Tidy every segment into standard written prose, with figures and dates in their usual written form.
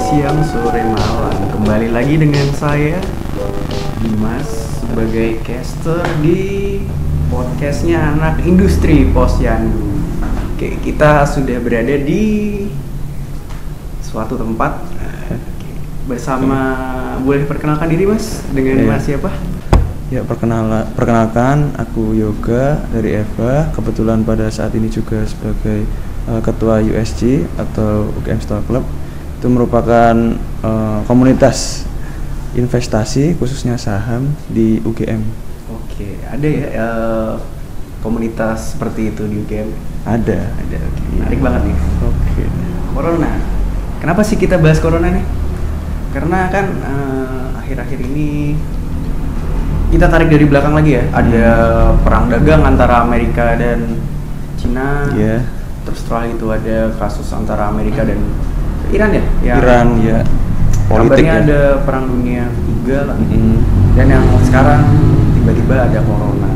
siang, sore, malam. Kembali lagi dengan saya Dimas sebagai caster di podcastnya Anak Industri Posyandu. Oke, kita sudah berada di suatu tempat bersama. Boleh perkenalkan diri Mas dengan Mas siapa? Ya, perkenalkan, aku Yoga dari Eva. Kebetulan pada saat ini juga sebagai ketua USG atau UGM Stock Club. Itu merupakan komunitas investasi khususnya saham di UGM. Oke, ada ya komunitas seperti itu di UGM? Ada. Oke. Menarik banget nih. Oke. Corona. Kenapa sih kita bahas corona nih? Karena kan akhir-akhir ini kita tarik dari belakang lagi ya. Ada perang dagang antara Amerika dan Cina. Yeah. Terus setelah itu ada kasus antara Amerika dan Iran ya? Iran ya. Politik kabarnya ya. ada perang dunia ketiga lah. Dan yang sekarang tiba-tiba ada corona.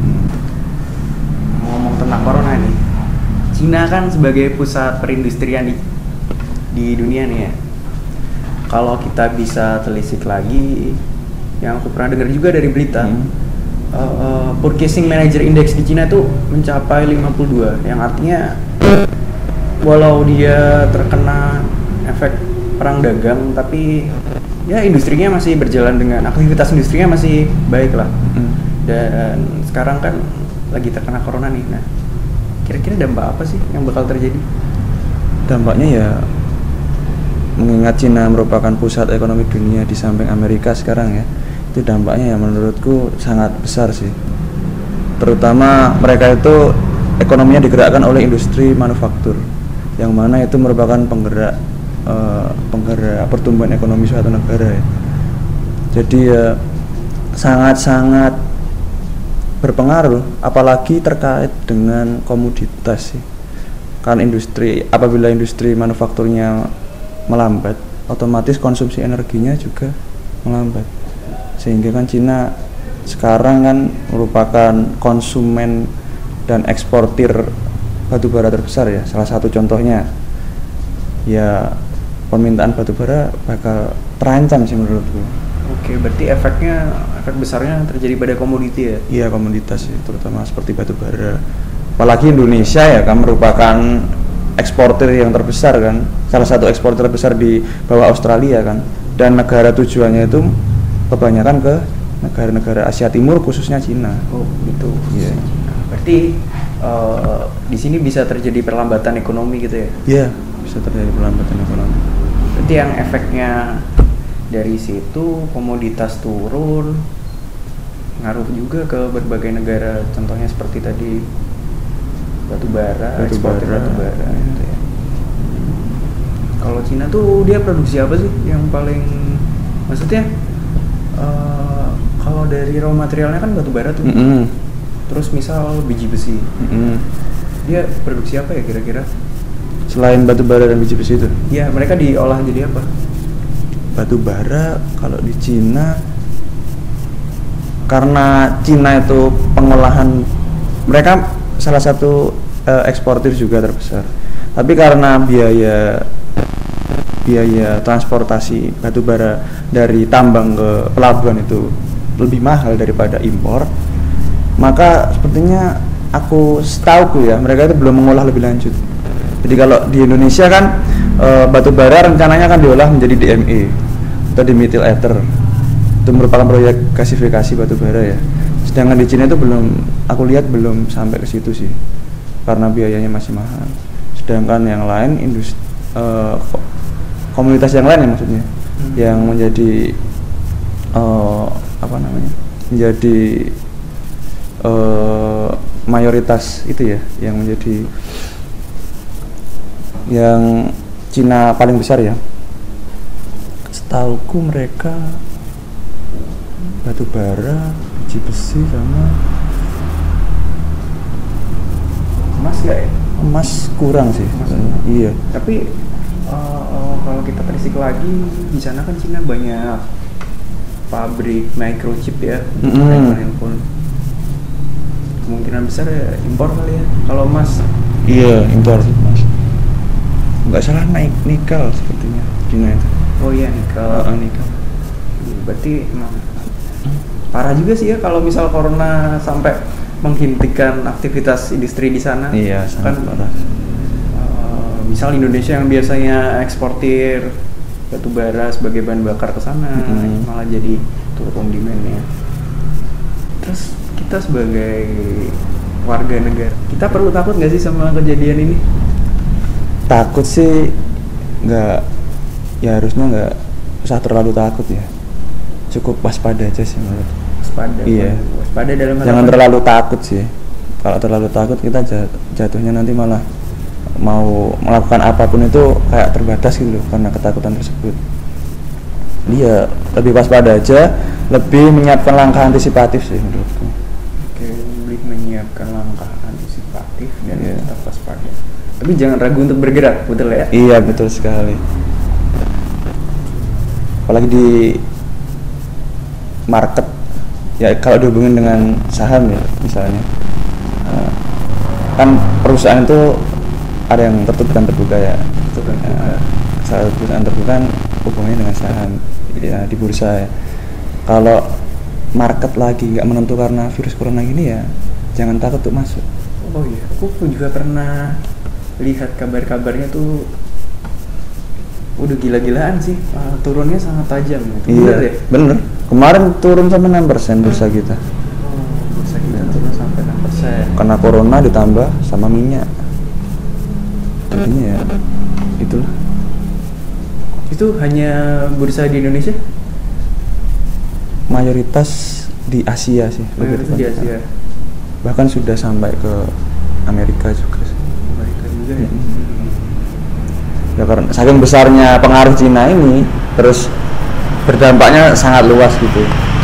Ngomong tentang corona nih, Cina kan sebagai pusat perindustrian di dunia nih ya. Kalau kita bisa telisik lagi, yang aku pernah dengar juga dari berita, Purchasing Manager Index di Cina tuh mencapai 52, yang artinya walau dia terkena efek perang dagang, tapi ya industrinya masih berjalan dengan aktivitas industrinya masih baik lah. Dan sekarang kan lagi terkena corona nih. Nah, kira-kira dampak apa sih yang bakal terjadi? Dampaknya ya, mengingat Cina merupakan pusat ekonomi dunia di samping Amerika sekarang ya, itu dampaknya ya menurutku sangat besar sih. Terutama mereka itu ekonominya digerakkan oleh industri manufaktur, yang mana itu merupakan penggerak pertumbuhan ekonomi suatu negara ya. Jadi ya sangat-sangat berpengaruh, apalagi terkait dengan komoditas sih. Karena apabila industri manufakturnya melambat, otomatis konsumsi energinya juga melambat. Sehingga kan Cina sekarang kan merupakan konsumen dan eksportir batubara terbesar ya. Salah satu contohnya ya, permintaan batubara bakal terancam sih menurutku. Oke, berarti efek besarnya terjadi pada komoditi ya? Iya, komoditas sih, terutama seperti batubara. Apalagi Indonesia ya kan merupakan eksportir yang terbesar kan, salah satu eksportir terbesar di bawah Australia kan. Dan negara tujuannya itu kebanyakan ke negara-negara Asia Timur, khususnya Cina. Oh gitu. Iya. Berarti di sini bisa terjadi perlambatan ekonomi gitu ya? Iya, bisa terjadi perlambatan ekonomi. Berarti yang efeknya dari situ komoditas turun, ngaruh juga ke berbagai negara, contohnya seperti tadi batubara, eksportir batubara gitu ya. Kalau Cina tuh dia produksi apa sih yang paling, maksudnya kalau dari raw materialnya kan batubara tuh, terus misal biji besi, dia produksi apa ya kira-kira? Selain batubara dan biji besi itu? Ya, mereka diolah jadi apa? Batubara kalau di Cina, karena Cina itu pengolahan, mereka salah satu eksportir juga terbesar. Tapi karena biaya transportasi batubara dari tambang ke pelabuhan itu lebih mahal daripada impor, maka sepertinya setauku ya, mereka itu belum mengolah lebih lanjut. Jadi kalau di Indonesia kan batubara rencananya kan diolah menjadi DME atau dimethyl ether. Itu merupakan proyek gasifikasi batubara ya. Sedangkan di Cina itu aku lihat belum sampai ke situ sih, karena biayanya masih mahal. Sedangkan yang lain komunitas yang lain ya maksudnya, yang menjadi menjadi mayoritas itu ya, yang menjadi yang Cina paling besar ya. Setauku mereka batubara, biji besi sama Emas nggak ya? emas kurang sih. Iya. Tapi kalau kita telisik lagi, di sana kan Cina banyak pabrik microchip ya, handphone. Kemungkinan besar ya impor kali ya. Kalau emas? Iya, impor sih mas. Nggak salah naik nikel sepertinya Cina itu. Oh iya nikel. Nikel. Berarti emang parah juga sih ya kalau misal corona sampai menghentikan aktivitas industri di sana. Iya, sangat parah. Misal Indonesia yang biasanya eksportir batu bara sebagai bahan bakar ke sana, malah jadi turun demand-nya. Terus kita sebagai warga negara, kita perlu takut nggak sih sama kejadian ini? Takut sih nggak, ya harusnya nggak usah terlalu takut ya, cukup waspada aja sih menurut. Waspada. Iya. Waspada dalam Jangan terlalu takut sih. Kalau terlalu takut kita jatuhnya nanti malah mau melakukan apapun itu kayak terbatas gitu loh karena ketakutan tersebut. Dia lebih waspada aja, lebih menyiapkan langkah antisipatif sih menurutku. Oke, lebih menyiapkan langkah antisipatif dan tetap waspada. Tapi jangan ragu untuk bergerak, betul ya? Iya, betul sekali. Apalagi di market, ya kalau dihubungin dengan saham ya misalnya, kan perusahaan itu ada yang tertutup dan terbuka ya. Saat perusahaan terbuka kan hubungannya dengan saham ya di bursa ya. Kalau market lagi nggak menentu karena virus corona gini ya, jangan takut untuk masuk. Oh iya, aku juga pernah lihat kabar-kabarnya tuh udah gila-gilaan sih, turunnya sangat tajam gitu. Iya, bener ya? Bener. Kemarin turun sampai 6% bursa kita. Oh, bursa kita turun sampai 6%. Karena corona ditambah sama minyak. Jadinya ya itulah. Itu hanya bursa di Indonesia? Mayoritas di Asia sih. Mayoritas di Asia. Bahkan sudah sampai ke Amerika juga sih. Amerika juga ya? Ya karena saking besarnya pengaruh Cina ini, terus berdampaknya sangat luas gitu.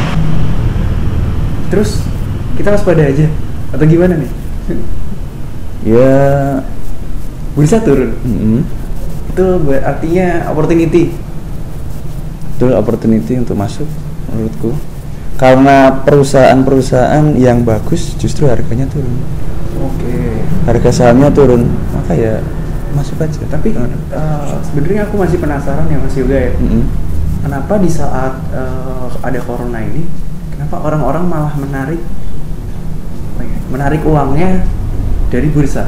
Terus kita waspada aja atau gimana nih? Ya, bursa turun. Itu artinya opportunity. Itu opportunity untuk masuk menurutku. Karena perusahaan-perusahaan yang bagus justru harganya turun. Oke. Harga sahamnya turun, maka ya masuk aja. Tapi sebenarnya aku masih penasaran ya Mas Yoga ya. Kenapa di saat ada corona ini, kenapa orang-orang malah menarik uangnya dari bursa?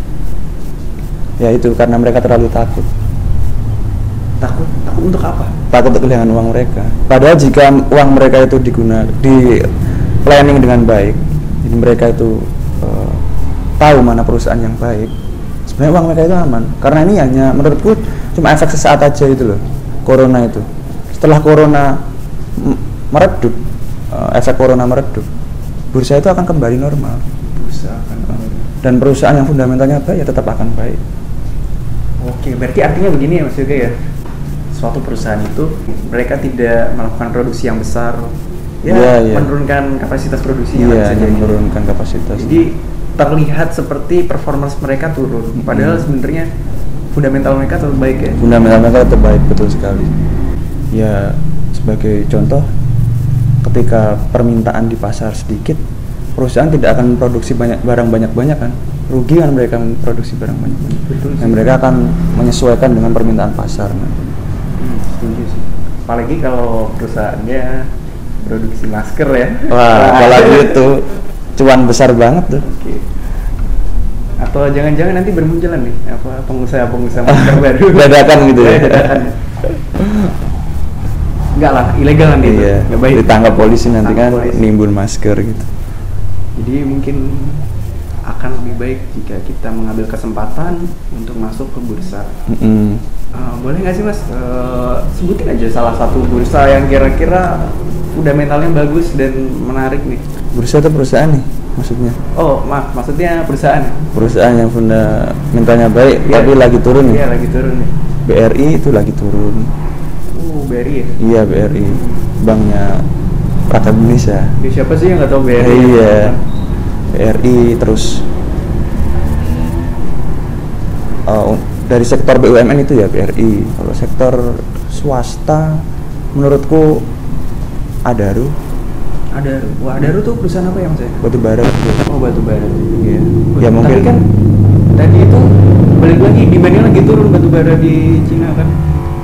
Ya itu karena mereka terlalu takut. Takut untuk apa? Takut untuk kehilangan uang mereka. Padahal jika uang mereka itu di planning dengan baik, jadi mereka itu tahu mana perusahaan yang baik, sebenarnya uang mereka itu aman. Karena ini hanya menurutku cuma efek sesaat aja itu loh, corona itu. Setelah corona meredup, efek corona meredup, bursa itu akan kembali normal. Bursa akan kembali. Dan perusahaan yang fundamentalnya baik ya tetap akan baik. Oke, berarti artinya begini ya Mas Yoga ya. Suatu perusahaan itu mereka tidak melakukan produksi yang besar, menurunkan kapasitas produksi. Menurunkan kapasitas. Jadi terlihat seperti performance mereka turun, padahal sebenarnya fundamental mereka tetap baik ya. Fundamental mereka tetap baik, betul sekali. Ya sebagai contoh, ketika permintaan di pasar sedikit, perusahaan tidak akan produksi barang banyak-banyak kan, rugi kan mereka memproduksi barang banyak-banyak. Dan mereka akan menyesuaikan dengan permintaan pasar. Setuju sih. Apalagi kalau perusahaannya produksi masker ya. Wah, apalagi itu cuan besar banget tuh. Oke. Atau jangan-jangan nanti bermunculan nih pengusaha-pengusaha masker baru. Dadakan gitu ya. Enggak lah, ilegal nanti itu. Enggak baik. Ditangkap polisi nanti kan nimbun masker gitu. Jadi mungkin akan lebih baik jika kita mengambil kesempatan untuk masuk ke bursa. Boleh nggak sih Mas sebutin aja salah satu bursa yang kira-kira fundamentalnya bagus dan menarik nih? Bursa atau perusahaan nih maksudnya? Oh maaf, maksudnya perusahaan. Perusahaan yang fundamentalnya baik tapi lagi turun nih? Iya lagi turun nih. BRI itu lagi turun. BRI ya? Iya BRI, banknya Rakyat Indonesia. Ya, siapa sih yang nggak tahu BRI? Iya, BRI terus dari sektor BUMN itu ya BRI. Kalau sektor swasta menurutku Adaro. Wah, Adaro tuh perusahaan apa ya Mas? Batu bara. Oh, batu bara. Iya. Ya mungkin. Tapi kan tadi itu balik lagi demand-nya lagi turun batu bara di Cina kan.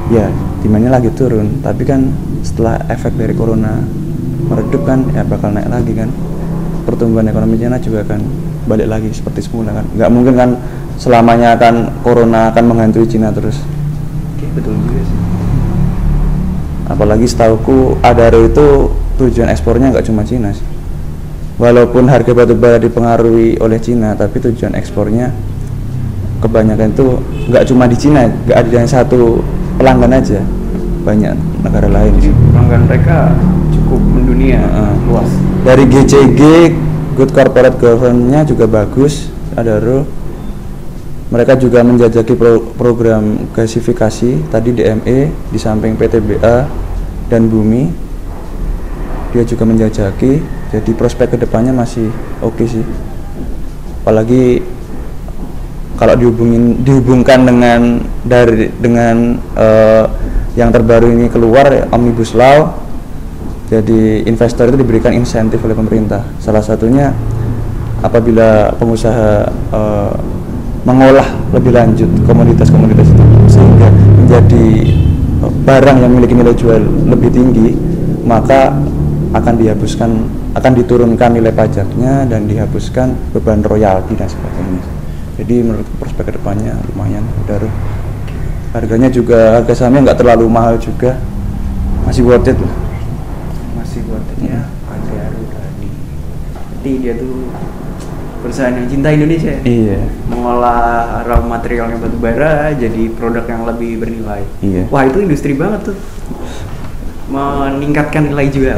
ya demandnya lagi turun, tapi kan setelah efek dari corona meredup kan ya bakal naik lagi kan, pertumbuhan ekonomi Cina juga akan balik lagi seperti semula kan, nggak mungkin kan selamanya akan corona akan menghantui Cina terus. Oke, betul juga sih. Apalagi setauku Adaro itu tujuan ekspornya nggak cuma Cina sih, walaupun harga batu bara dipengaruhi oleh Cina, tapi tujuan ekspornya kebanyakan itu nggak cuma di Cina, nggak ada yang satu pelanggan aja, banyak negara lain sih. Pelanggan mereka cukup mendunia, luas. Dari GCG, Good Corporate Governance-nya juga bagus, Adaro. Mereka juga menjajaki program gasifikasi tadi DME di samping PTBA dan Bumi. Dia juga menjajaki, jadi prospek kedepannya masih oke sih. Apalagi kalau dihubungkan dengan yang terbaru ini keluar Omnibus Law, jadi investor itu diberikan insentif oleh pemerintah. Salah satunya apabila pengusaha mengolah lebih lanjut komoditas-komoditas itu sehingga menjadi barang yang memiliki nilai jual lebih tinggi, maka akan diturunkan nilai pajaknya dan dihapuskan beban royalti dan sebagainya. Jadi menurut prospek kedepannya lumayan. Adaro harganya juga, harga sahamnya nggak terlalu mahal juga, masih worth it lah. Masih worth it ya, Adaro tadi. Jadi dia tuh perusahaan yang cinta Indonesia. Iya. Mengolah raw materialnya batu bara jadi produk yang lebih bernilai. Iya. Wah, itu industri banget tuh. Meningkatkan nilai jual.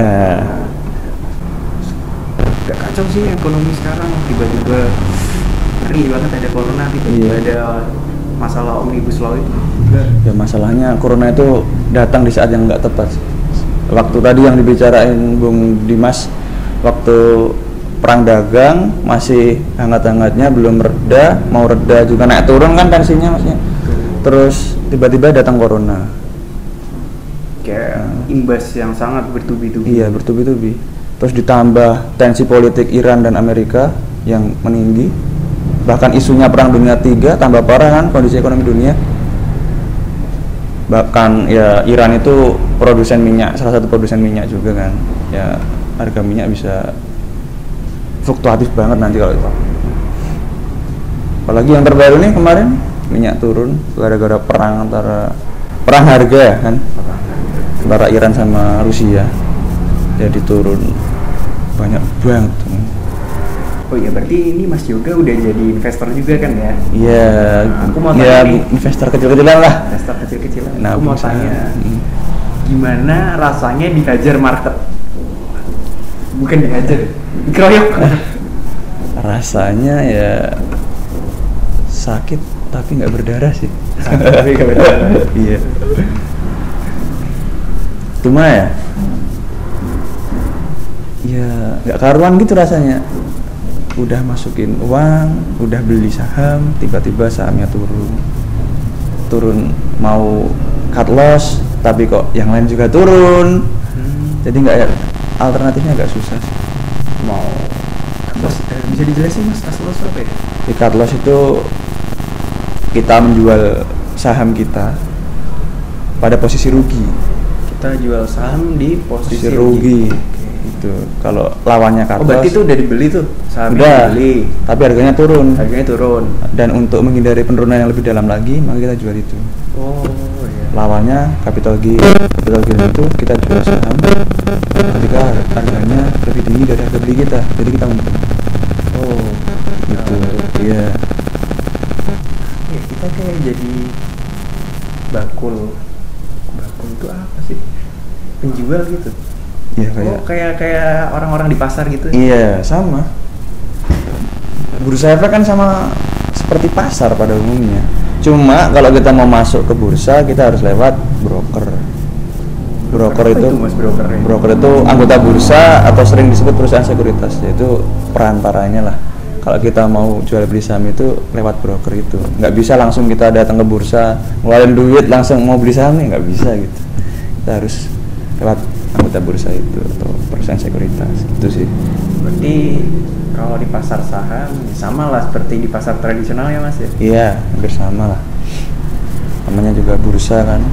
Gak kacau sih ekonomi sekarang, tiba-tiba ngeri banget ada corona, tiba-tiba ada masalah Omnibus Law itu. Ya masalahnya corona itu datang di saat yang nggak tepat. Waktu tadi yang dibicarain Bung Dimas, waktu perang dagang masih hangat-hangatnya, belum reda, mau reda juga naik turun kan tensinya maksudnya. Terus tiba-tiba datang corona. Kayak imbas yang sangat bertubi-tubi. Iya, bertubi-tubi. Terus ditambah tensi politik Iran dan Amerika yang meninggi. Bahkan isunya perang dunia 3 tambah parah kan kondisi ekonomi dunia. Bahkan ya Iran itu produsen minyak, salah satu produsen minyak juga kan. Ya harga minyak bisa fluktuatif banget nanti kalau itu. Apalagi yang terbaru nih kemarin minyak turun gara-gara perang harga ya kan, antara Iran sama Rusia, jadi turun banyak banget. Oh iya, berarti ini Mas Yoga udah jadi investor juga kan ya? Iya. Aku mau ya, tanya nih, investor kecil-kecilan lah. investor kecil-kecilan. Nah, aku mau tanya, gimana rasanya dihajar market? Bukan dihajar, dikeroyok. Rasanya ya sakit tapi nggak berdarah sih. Tapi nggak berdarah. Iya. Cuma ya nggak karuan gitu rasanya. Udah masukin uang, udah beli saham, tiba-tiba sahamnya turun mau cut loss, tapi kok yang lain juga turun. Jadi nggak, alternatifnya agak susah. Mau cut loss, bisa dijelasin Mas, cut loss apa ya? Di cut loss itu kita menjual saham kita pada posisi rugi. Kita jual saham di posisi rugi. Itu kalau lawannya cut loss. Oh, berarti itu udah dibeli tuh, sahamnya udah dibeli, tapi harganya turun. Dan untuk menghindari penurunan yang lebih dalam lagi, maka kita jual itu. Oh iya. Lawannya capital gain itu kita jual saham ketika harganya lebih tinggi dari harga beli kita, jadi kita untung. Oh Gitu. Iya. Ya, kita kayak jadi bakul itu apa sih? Penjual gitu. Iya Oh, kayak orang-orang di pasar gitu. Iya, sama. Bursa efek kan sama seperti pasar pada umumnya. Cuma kalau kita mau masuk ke bursa, kita harus lewat broker. Broker itu, Mas, broker itu anggota bursa atau sering disebut perusahaan sekuritas, yaitu perantaranya lah. Kalau kita mau jual beli saham itu lewat broker itu. Nggak bisa langsung kita datang ke bursa, ngeluarin duit langsung mau beli saham, nggak bisa gitu. Kita harus lewat anggota bursa itu atau perusahaan sekuritas gitu sih. Berarti kalau di pasar saham sama lah seperti di pasar tradisional ya Mas ya? Iya, hampir sama lah. Namanya juga bursa kan.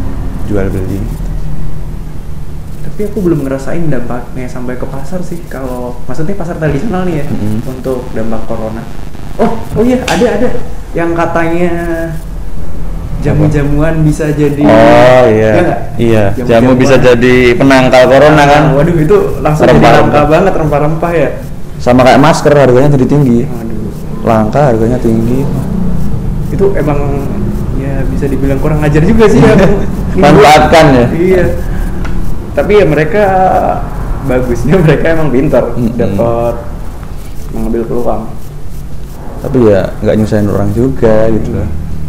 jual beli. Tapi aku belum ngerasain dampaknya sampai ke pasar sih. Kalau maksudnya pasar tradisional nih ya, untuk dampak corona. Oh iya, ada yang katanya jamu-jamuan bisa jadi. Oh iya. Iya. Jamu bisa jadi penangkal corona kan. Waduh, itu langsung jadi langka banget, rempah-rempah ya. Sama kayak masker, harganya jadi tinggi. Waduh. Langka, harganya tinggi. Itu emang ya bisa dibilang kurang ajar juga sih ya. Manfaatkan ya. Iya. Tapi ya mereka bagusnya mereka emang pintar, dapat mengambil peluang. Tapi ya nggak nyusahin orang juga gitu loh.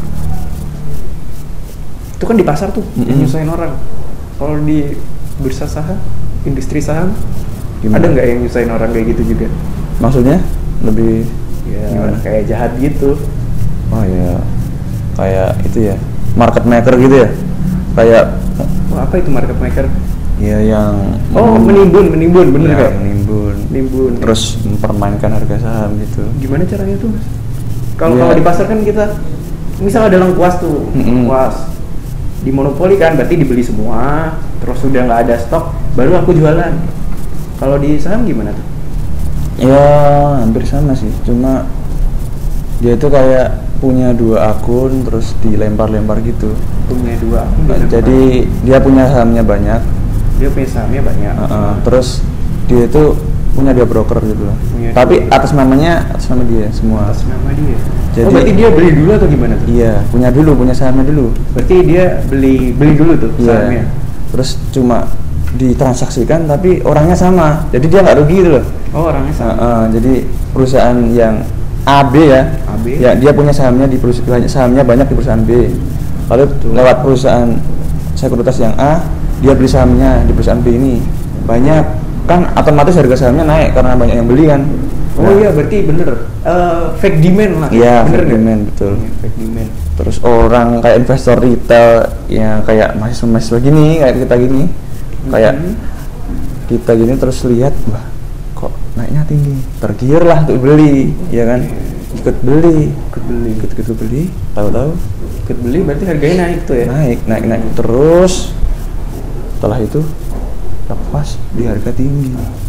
Itu kan di pasar tuh yang nyusahin orang. Kalau di bursa saham, industri saham, ada nggak yang nyusahin orang kayak gitu juga? Maksudnya lebih Ya gimana? kayak jahat gitu. Oh ya, kayak itu ya, market maker gitu ya. Kayak Wah, apa itu market maker? ya yang menimbun bener ya, kan? menimbun. Terus mempermainkan harga saham gitu. Gimana caranya tuh, Mas? Kalau Ya. di pasar kan kita misal ada lengkuas tuh, lengkuas di monopoli kan, berarti dibeli semua, terus sudah nggak ada stok, baru aku jualan. Kalau di saham gimana tuh? Ya hampir sama sih, cuma dia itu kayak punya 2 akun terus dilempar-lempar gitu. Punya 2 akun. Jadi dia punya sahamnya banyak. Dia punya sahamnya banyak. Terus dia itu punya 2 broker gitu loh. Tapi atas nama dia semua. Atas nama dia. Jadi, berarti dia beli dulu atau gimana tuh? Iya, punya sahamnya dulu. Berarti dia beli dulu tuh sahamnya. Terus cuma ditransaksikan tapi orangnya sama. Jadi dia nggak rugi gitu loh. Oh, orangnya sama. Jadi perusahaan yang AB ya. Ya, dia punya sahamnya banyak di perusahaan B. Lalu lewat perusahaan sekuritas yang A, dia beli sahamnya di perusahaan B ini banyak, kan otomatis harga sahamnya naik karena banyak yang beli kan. Oh iya, berarti bener. Fake demand lah. Iya, bener fake demand, betul. Ya, fake demand. Terus orang kayak investor retail yang kayak mahasiswa gini, kayak kita gini, kayak kita gini terus lihat, wah kok naiknya tinggi, tergiur lah untuk beli, ya kan? Ikut beli, tahu-tahu ikut beli berarti harganya naik tuh ya? Naik terus. Setelah itu lepas di harga tinggi.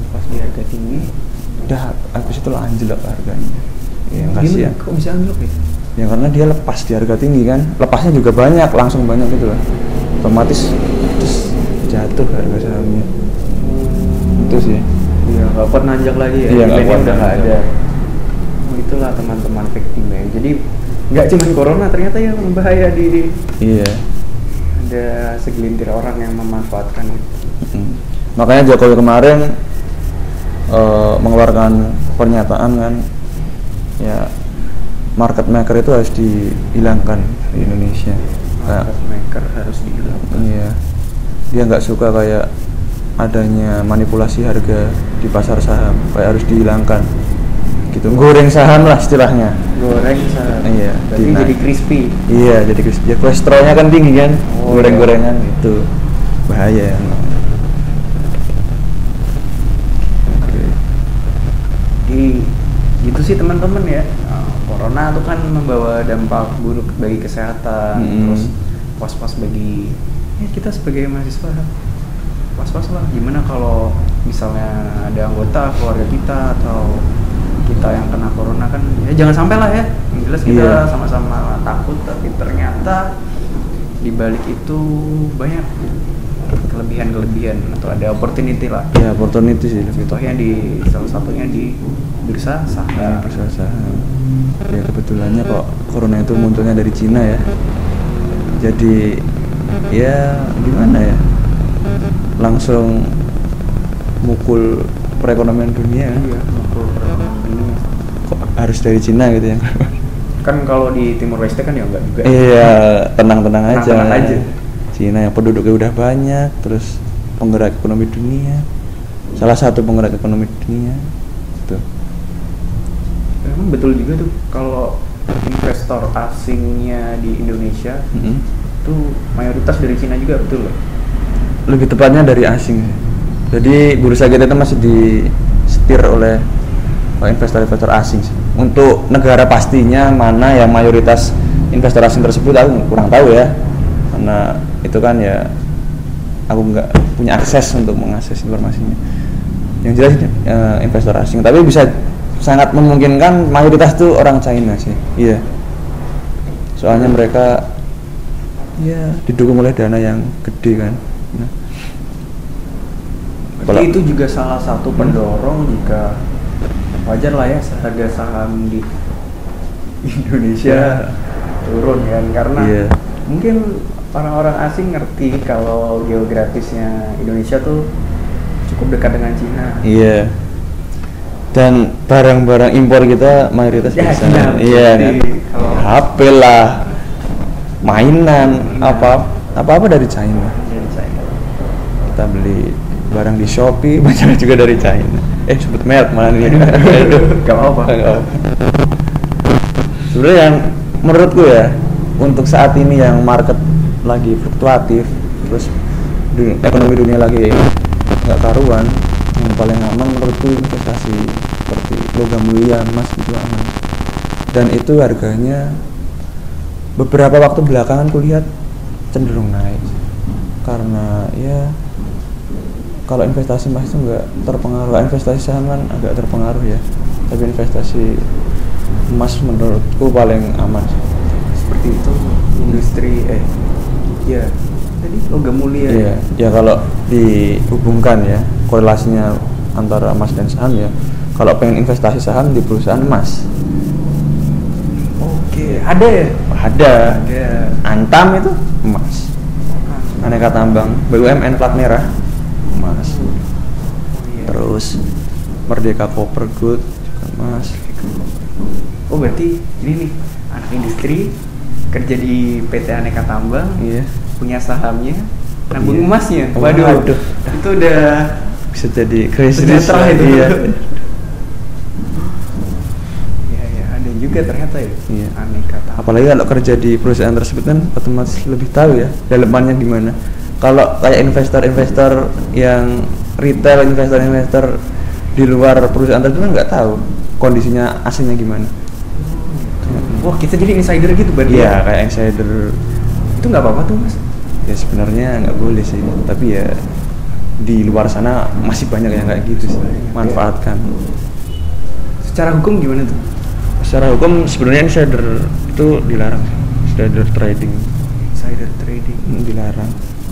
Udah habis itu anjlok harganya. Ya kasihan. Kok bisa anjlok ya? Ya karena dia lepas di harga tinggi kan. Lepasnya juga banyak, langsung banyak gitu loh. Otomatis terus jatuh harga sahamnya. Itu sih. Iya, nggak kuat nanjak lagi ya. Iya, nggak kuat, udah nggak ada. Itulah teman-teman fake demand. Jadi nggak cuma corona, ternyata yang berbahaya di. Iya. Ada segelintir orang yang memanfaatkan itu. Makanya Jokowi kemarin mengeluarkan pernyataan kan, ya market maker itu harus dihilangkan di Indonesia. Market maker harus dihilangkan. Iya. Dia nggak suka kayak adanya manipulasi harga di pasar saham, kayak harus dihilangkan. Gitu. Goreng saham lah istilahnya. Goreng saham. Iya. Berarti jadi crispy. Iya, jadi crispy. Ya kolesterolnya kan tinggi kan. Goreng-gorengan iya. itu bahaya ya. Gitu sih teman-teman ya. Corona itu kan membawa dampak buruk bagi kesehatan, terus was-was bagi kita sebagai mahasiswa. Was-was lah, gimana kalau misalnya ada anggota keluarga kita atau kita yang kena corona kan, ya jangan sampai lah ya. Yang jelas kita sama-sama takut, tapi ternyata di balik itu banyak kelebihan atau ada opportunity lah. Ya, opportunity sih. Contohnya di salah satunya di bursa saham. Bursa saham. Ya kebetulannya kok corona itu munculnya dari Cina ya. Jadi ya gimana ya? Langsung mukul perekonomian dunia. Iya, mukul perekonomian dunia. Kok harus dari Cina gitu ya? Kan kalau di Timur Leste kan ya enggak juga. Iya, tenang-tenang aja. Tenang-tenang aja. Cina yang penduduknya udah banyak, terus penggerak ekonomi dunia, salah satu penggerak ekonomi dunia, tuh. Emang betul juga tuh kalau investor asingnya di Indonesia tuh mayoritas dari Cina juga, betul loh. Lebih tepatnya dari asing. Jadi bursa kita itu masih disetir oleh investor-investor asing sih. Untuk negara pastinya mana yang mayoritas investor asing tersebut aku kurang tahu ya. karena itu kan ya aku nggak punya akses untuk mengakses informasinya. Yang jelas investor asing, tapi bisa sangat memungkinkan mayoritas tuh orang China sih. Iya. Soalnya mereka ya didukung oleh dana yang gede kan. Nah, berarti itu juga salah satu pendorong jika wajar lah ya harga saham di Indonesia turun kan, karena mungkin orang-orang asing ngerti kalau geografisnya Indonesia tuh cukup dekat dengan Cina. Iya. Dan barang-barang impor kita mayoritas ya, di sana. Iya kan. HP lah, mainan, apa dari China. Kita beli barang di Shopee banyak juga dari China. Sebut merek malah nih. Gak apa-apa. Sebenarnya yang menurutku ya, untuk saat ini yang market lagi fluktuatif, terus ekonomi dunia lagi nggak karuan, yang paling aman menurutku investasi seperti logam mulia, emas itu aman. Dan itu harganya beberapa waktu belakangan kulihat cenderung naik, karena ya kalau investasi emas itu nggak terpengaruh, investasi saham kan agak terpengaruh ya, tapi investasi emas menurutku paling aman. Seperti itu industri ya tadi logam mulia. Iya, ya kalau dihubungkan ya korelasinya antara emas dan saham ya, kalau pengen investasi saham di perusahaan emas. Oke, ada ya? Ada. Antam itu emas. Aneka Tambang, BUMN plat merah emas. Terus Merdeka Copper Gold juga emas. Oh berarti ini nih anak industri kerja di PT Aneka Tambang, punya sahamnya, nabung emasnya. Waduh, itu udah bisa jadi krisis sejahtera itu. Iya, ada juga ternyata ya. Iya. Aneka Tambang. Apalagi kalau kerja di perusahaan tersebut kan otomatis lebih tahu ya dalemannya gimana. Kalau kayak investor-investor yang retail, investor-investor di luar perusahaan tersebut kan nggak tahu kondisinya aslinya gimana. Wah, kita jadi insider gitu berarti. Iya, kayak insider. Itu nggak apa-apa tuh, Mas? Ya sebenarnya nggak boleh sih, tapi ya di luar sana masih banyak yang kayak gitu sih. Manfaatkan. Secara hukum gimana tuh? Secara hukum sebenarnya insider itu dilarang. Insider trading. Insider trading dilarang.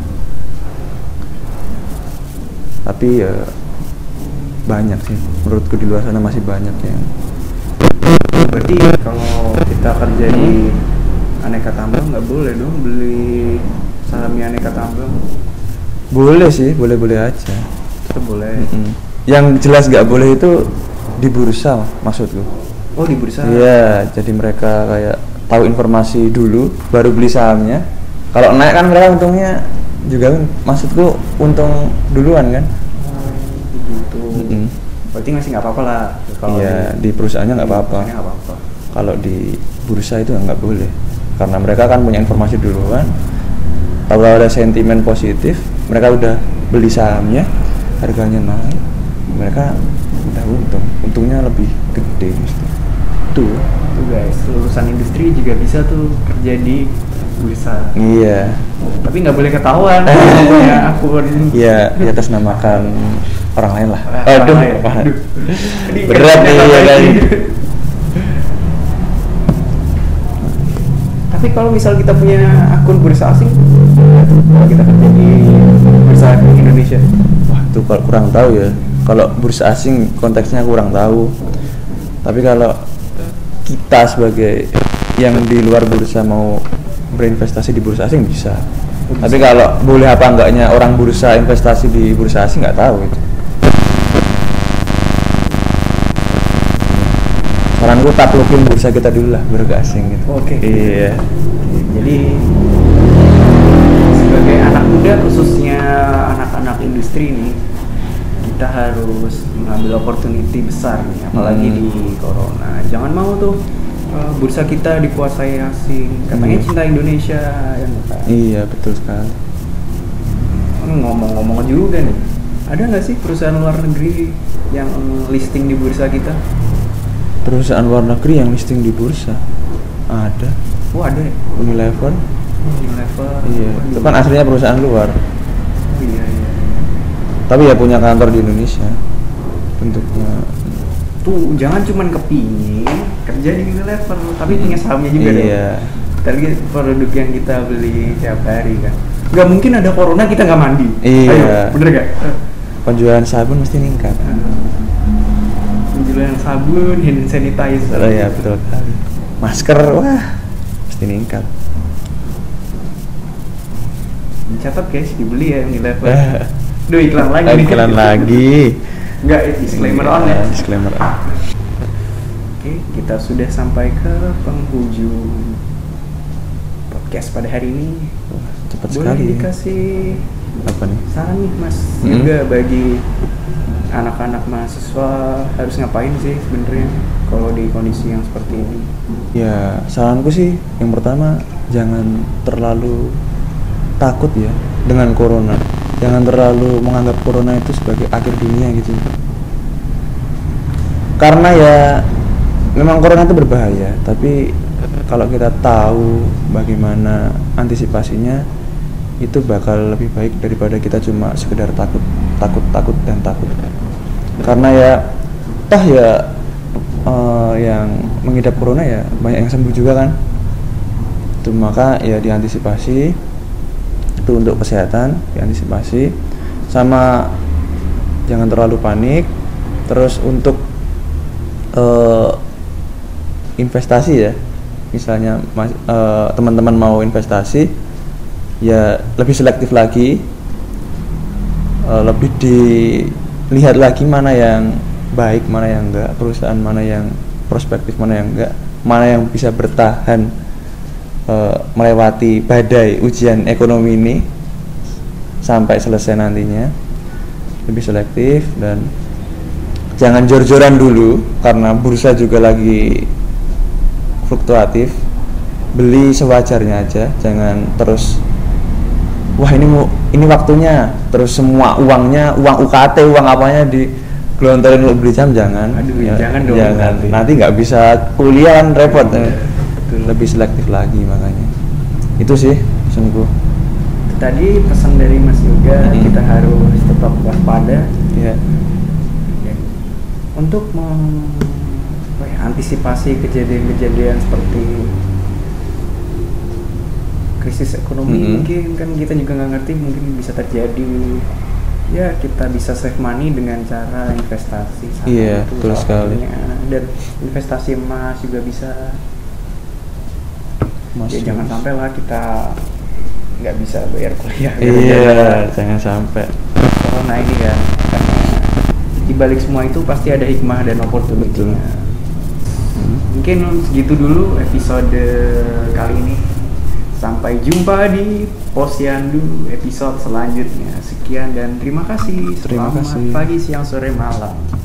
Tapi ya banyak sih, menurutku di luar sana masih banyak yang. Berarti kalau kita kerja di Aneka Tambang nggak boleh dong beli sahamnya Aneka Tambang? Boleh sih, boleh-boleh aja. Itu boleh. Yang jelas nggak boleh itu di bursa maksudku. Oh, di bursa? Iya, jadi mereka kayak tahu informasi dulu baru beli sahamnya. Kalau naik kan mereka untungnya juga, maksudku untung duluan kan. Gitu. Berarti masih nggak apa-apa lah. Iya, di perusahaannya nggak apa-apa. Kalau di bursa itu nggak boleh, karena mereka kan punya informasi duluan. Kalau ada sentimen positif, mereka udah beli sahamnya, harganya naik, mereka udah untungnya lebih gede mesti. Tuh guys, lulusan industri juga bisa tuh kerja di bursa. Iya. Tapi nggak boleh ketahuan punya akun. Iya, di atas namakan orang lain lah. Aduh. Berat nih ya kan. Tapi kalau misal kita punya akun bursa asing, kalau kita kerja di bursa Indonesia, wah itu kurang tahu ya. Kalau bursa asing konteksnya kurang tahu. Tapi kalau kita sebagai yang di luar bursa mau berinvestasi di bursa asing bisa. Tapi kalau boleh apa enggaknya orang bursa investasi di bursa asing nggak tahu itu. Saranku taklukin bursa kita dulu lah, baru ke asing gitu. Oke. Iya. Jadi sebagai anak muda khususnya anak-anak industri nih, kita harus mengambil opportunity besar nih, apalagi di corona. Jangan mau tuh bursa kita dikuasai asing. Katanya cinta Indonesia ya kan? Iya, betul sekali. Ngomong-ngomong juga nih, ada nggak sih perusahaan luar negeri yang listing di bursa kita? Perusahaan luar negeri yang listing di bursa ada. Oh ada ya? Unilever Unilever. Iya, itu kan aslinya perusahaan luar. Oh iya. Tapi ya punya kantor di Indonesia. Bentuknya. Tuh jangan cuman kepingin kerja di Unilever, tapi punya sahamnya juga dong. Iya. Target produk yang kita beli tiap hari kan. Gak mungkin ada corona kita nggak mandi. Iya. Ayo, bener gak? Penjualan sabun mesti meningkat. Penjualan sabun, hand sanitizer. Oh iya, betul sekali. Masker, wah, mesti meningkat. Dicatat guys, dibeli ya Unilever. Duh iklan lagi. Iklan lagi. Enggak, disclaimer on ya. Disclaimer on. Oke, kita sudah sampai ke penghujung podcast pada hari ini. Wah, cepat Boleh sekali. dikasih Apa nih? saran nih Mas juga bagi anak-anak mahasiswa harus ngapain sih sebenarnya kalau di kondisi yang seperti ini? Ya, saranku sih yang pertama jangan terlalu takut ya dengan corona. Jangan terlalu menganggap corona itu sebagai akhir dunia gitu. Karena ya memang corona itu berbahaya, tapi kalau kita tahu bagaimana antisipasinya itu bakal lebih baik daripada kita cuma sekedar takut. Karena ya toh ya yang mengidap corona ya banyak yang sembuh juga kan. Itu maka ya diantisipasi. Itu untuk kesehatan diantisipasi, sama jangan terlalu panik. Terus untuk investasi ya, misalnya teman-teman mau investasi ya lebih selektif lagi, lebih dilihat lagi mana yang baik, mana yang enggak, perusahaan mana yang prospektif, mana yang enggak, mana yang bisa bertahan melewati badai ujian ekonomi ini sampai selesai nantinya. Lebih selektif dan jangan jor-joran dulu karena bursa juga lagi fluktuatif. Beli sewajarnya aja, jangan terus wah ini waktunya terus semua uangnya, uang UKT, uang apanya digelontorin untuk beli saham, jangan. Aduh, ya, jangan dong. Nanti nggak bisa kuliah kan repot. Lebih selektif lagi, makanya itu sih pesanku. Tadi pesan dari Mas Yoga, kita harus tetap waspada ya. Untuk antisipasi kejadian-kejadian seperti krisis ekonomi. Mungkin kan kita juga nggak ngerti, mungkin bisa terjadi. Ya kita bisa save money dengan cara investasi saham. Iya, betul sekali. Dan investasi emas juga bisa. Ya jangan sampai lah kita nggak bisa bayar kuliah. Iya, jangan sampai. Corona ini kan, karena di balik semua itu pasti ada hikmah dan opportunity-nya. Mungkin segitu dulu episode kali ini. Sampai jumpa di Posyandu episode selanjutnya. Sekian dan terima kasih. Terima kasih. Selamat pagi, siang, sore, malam.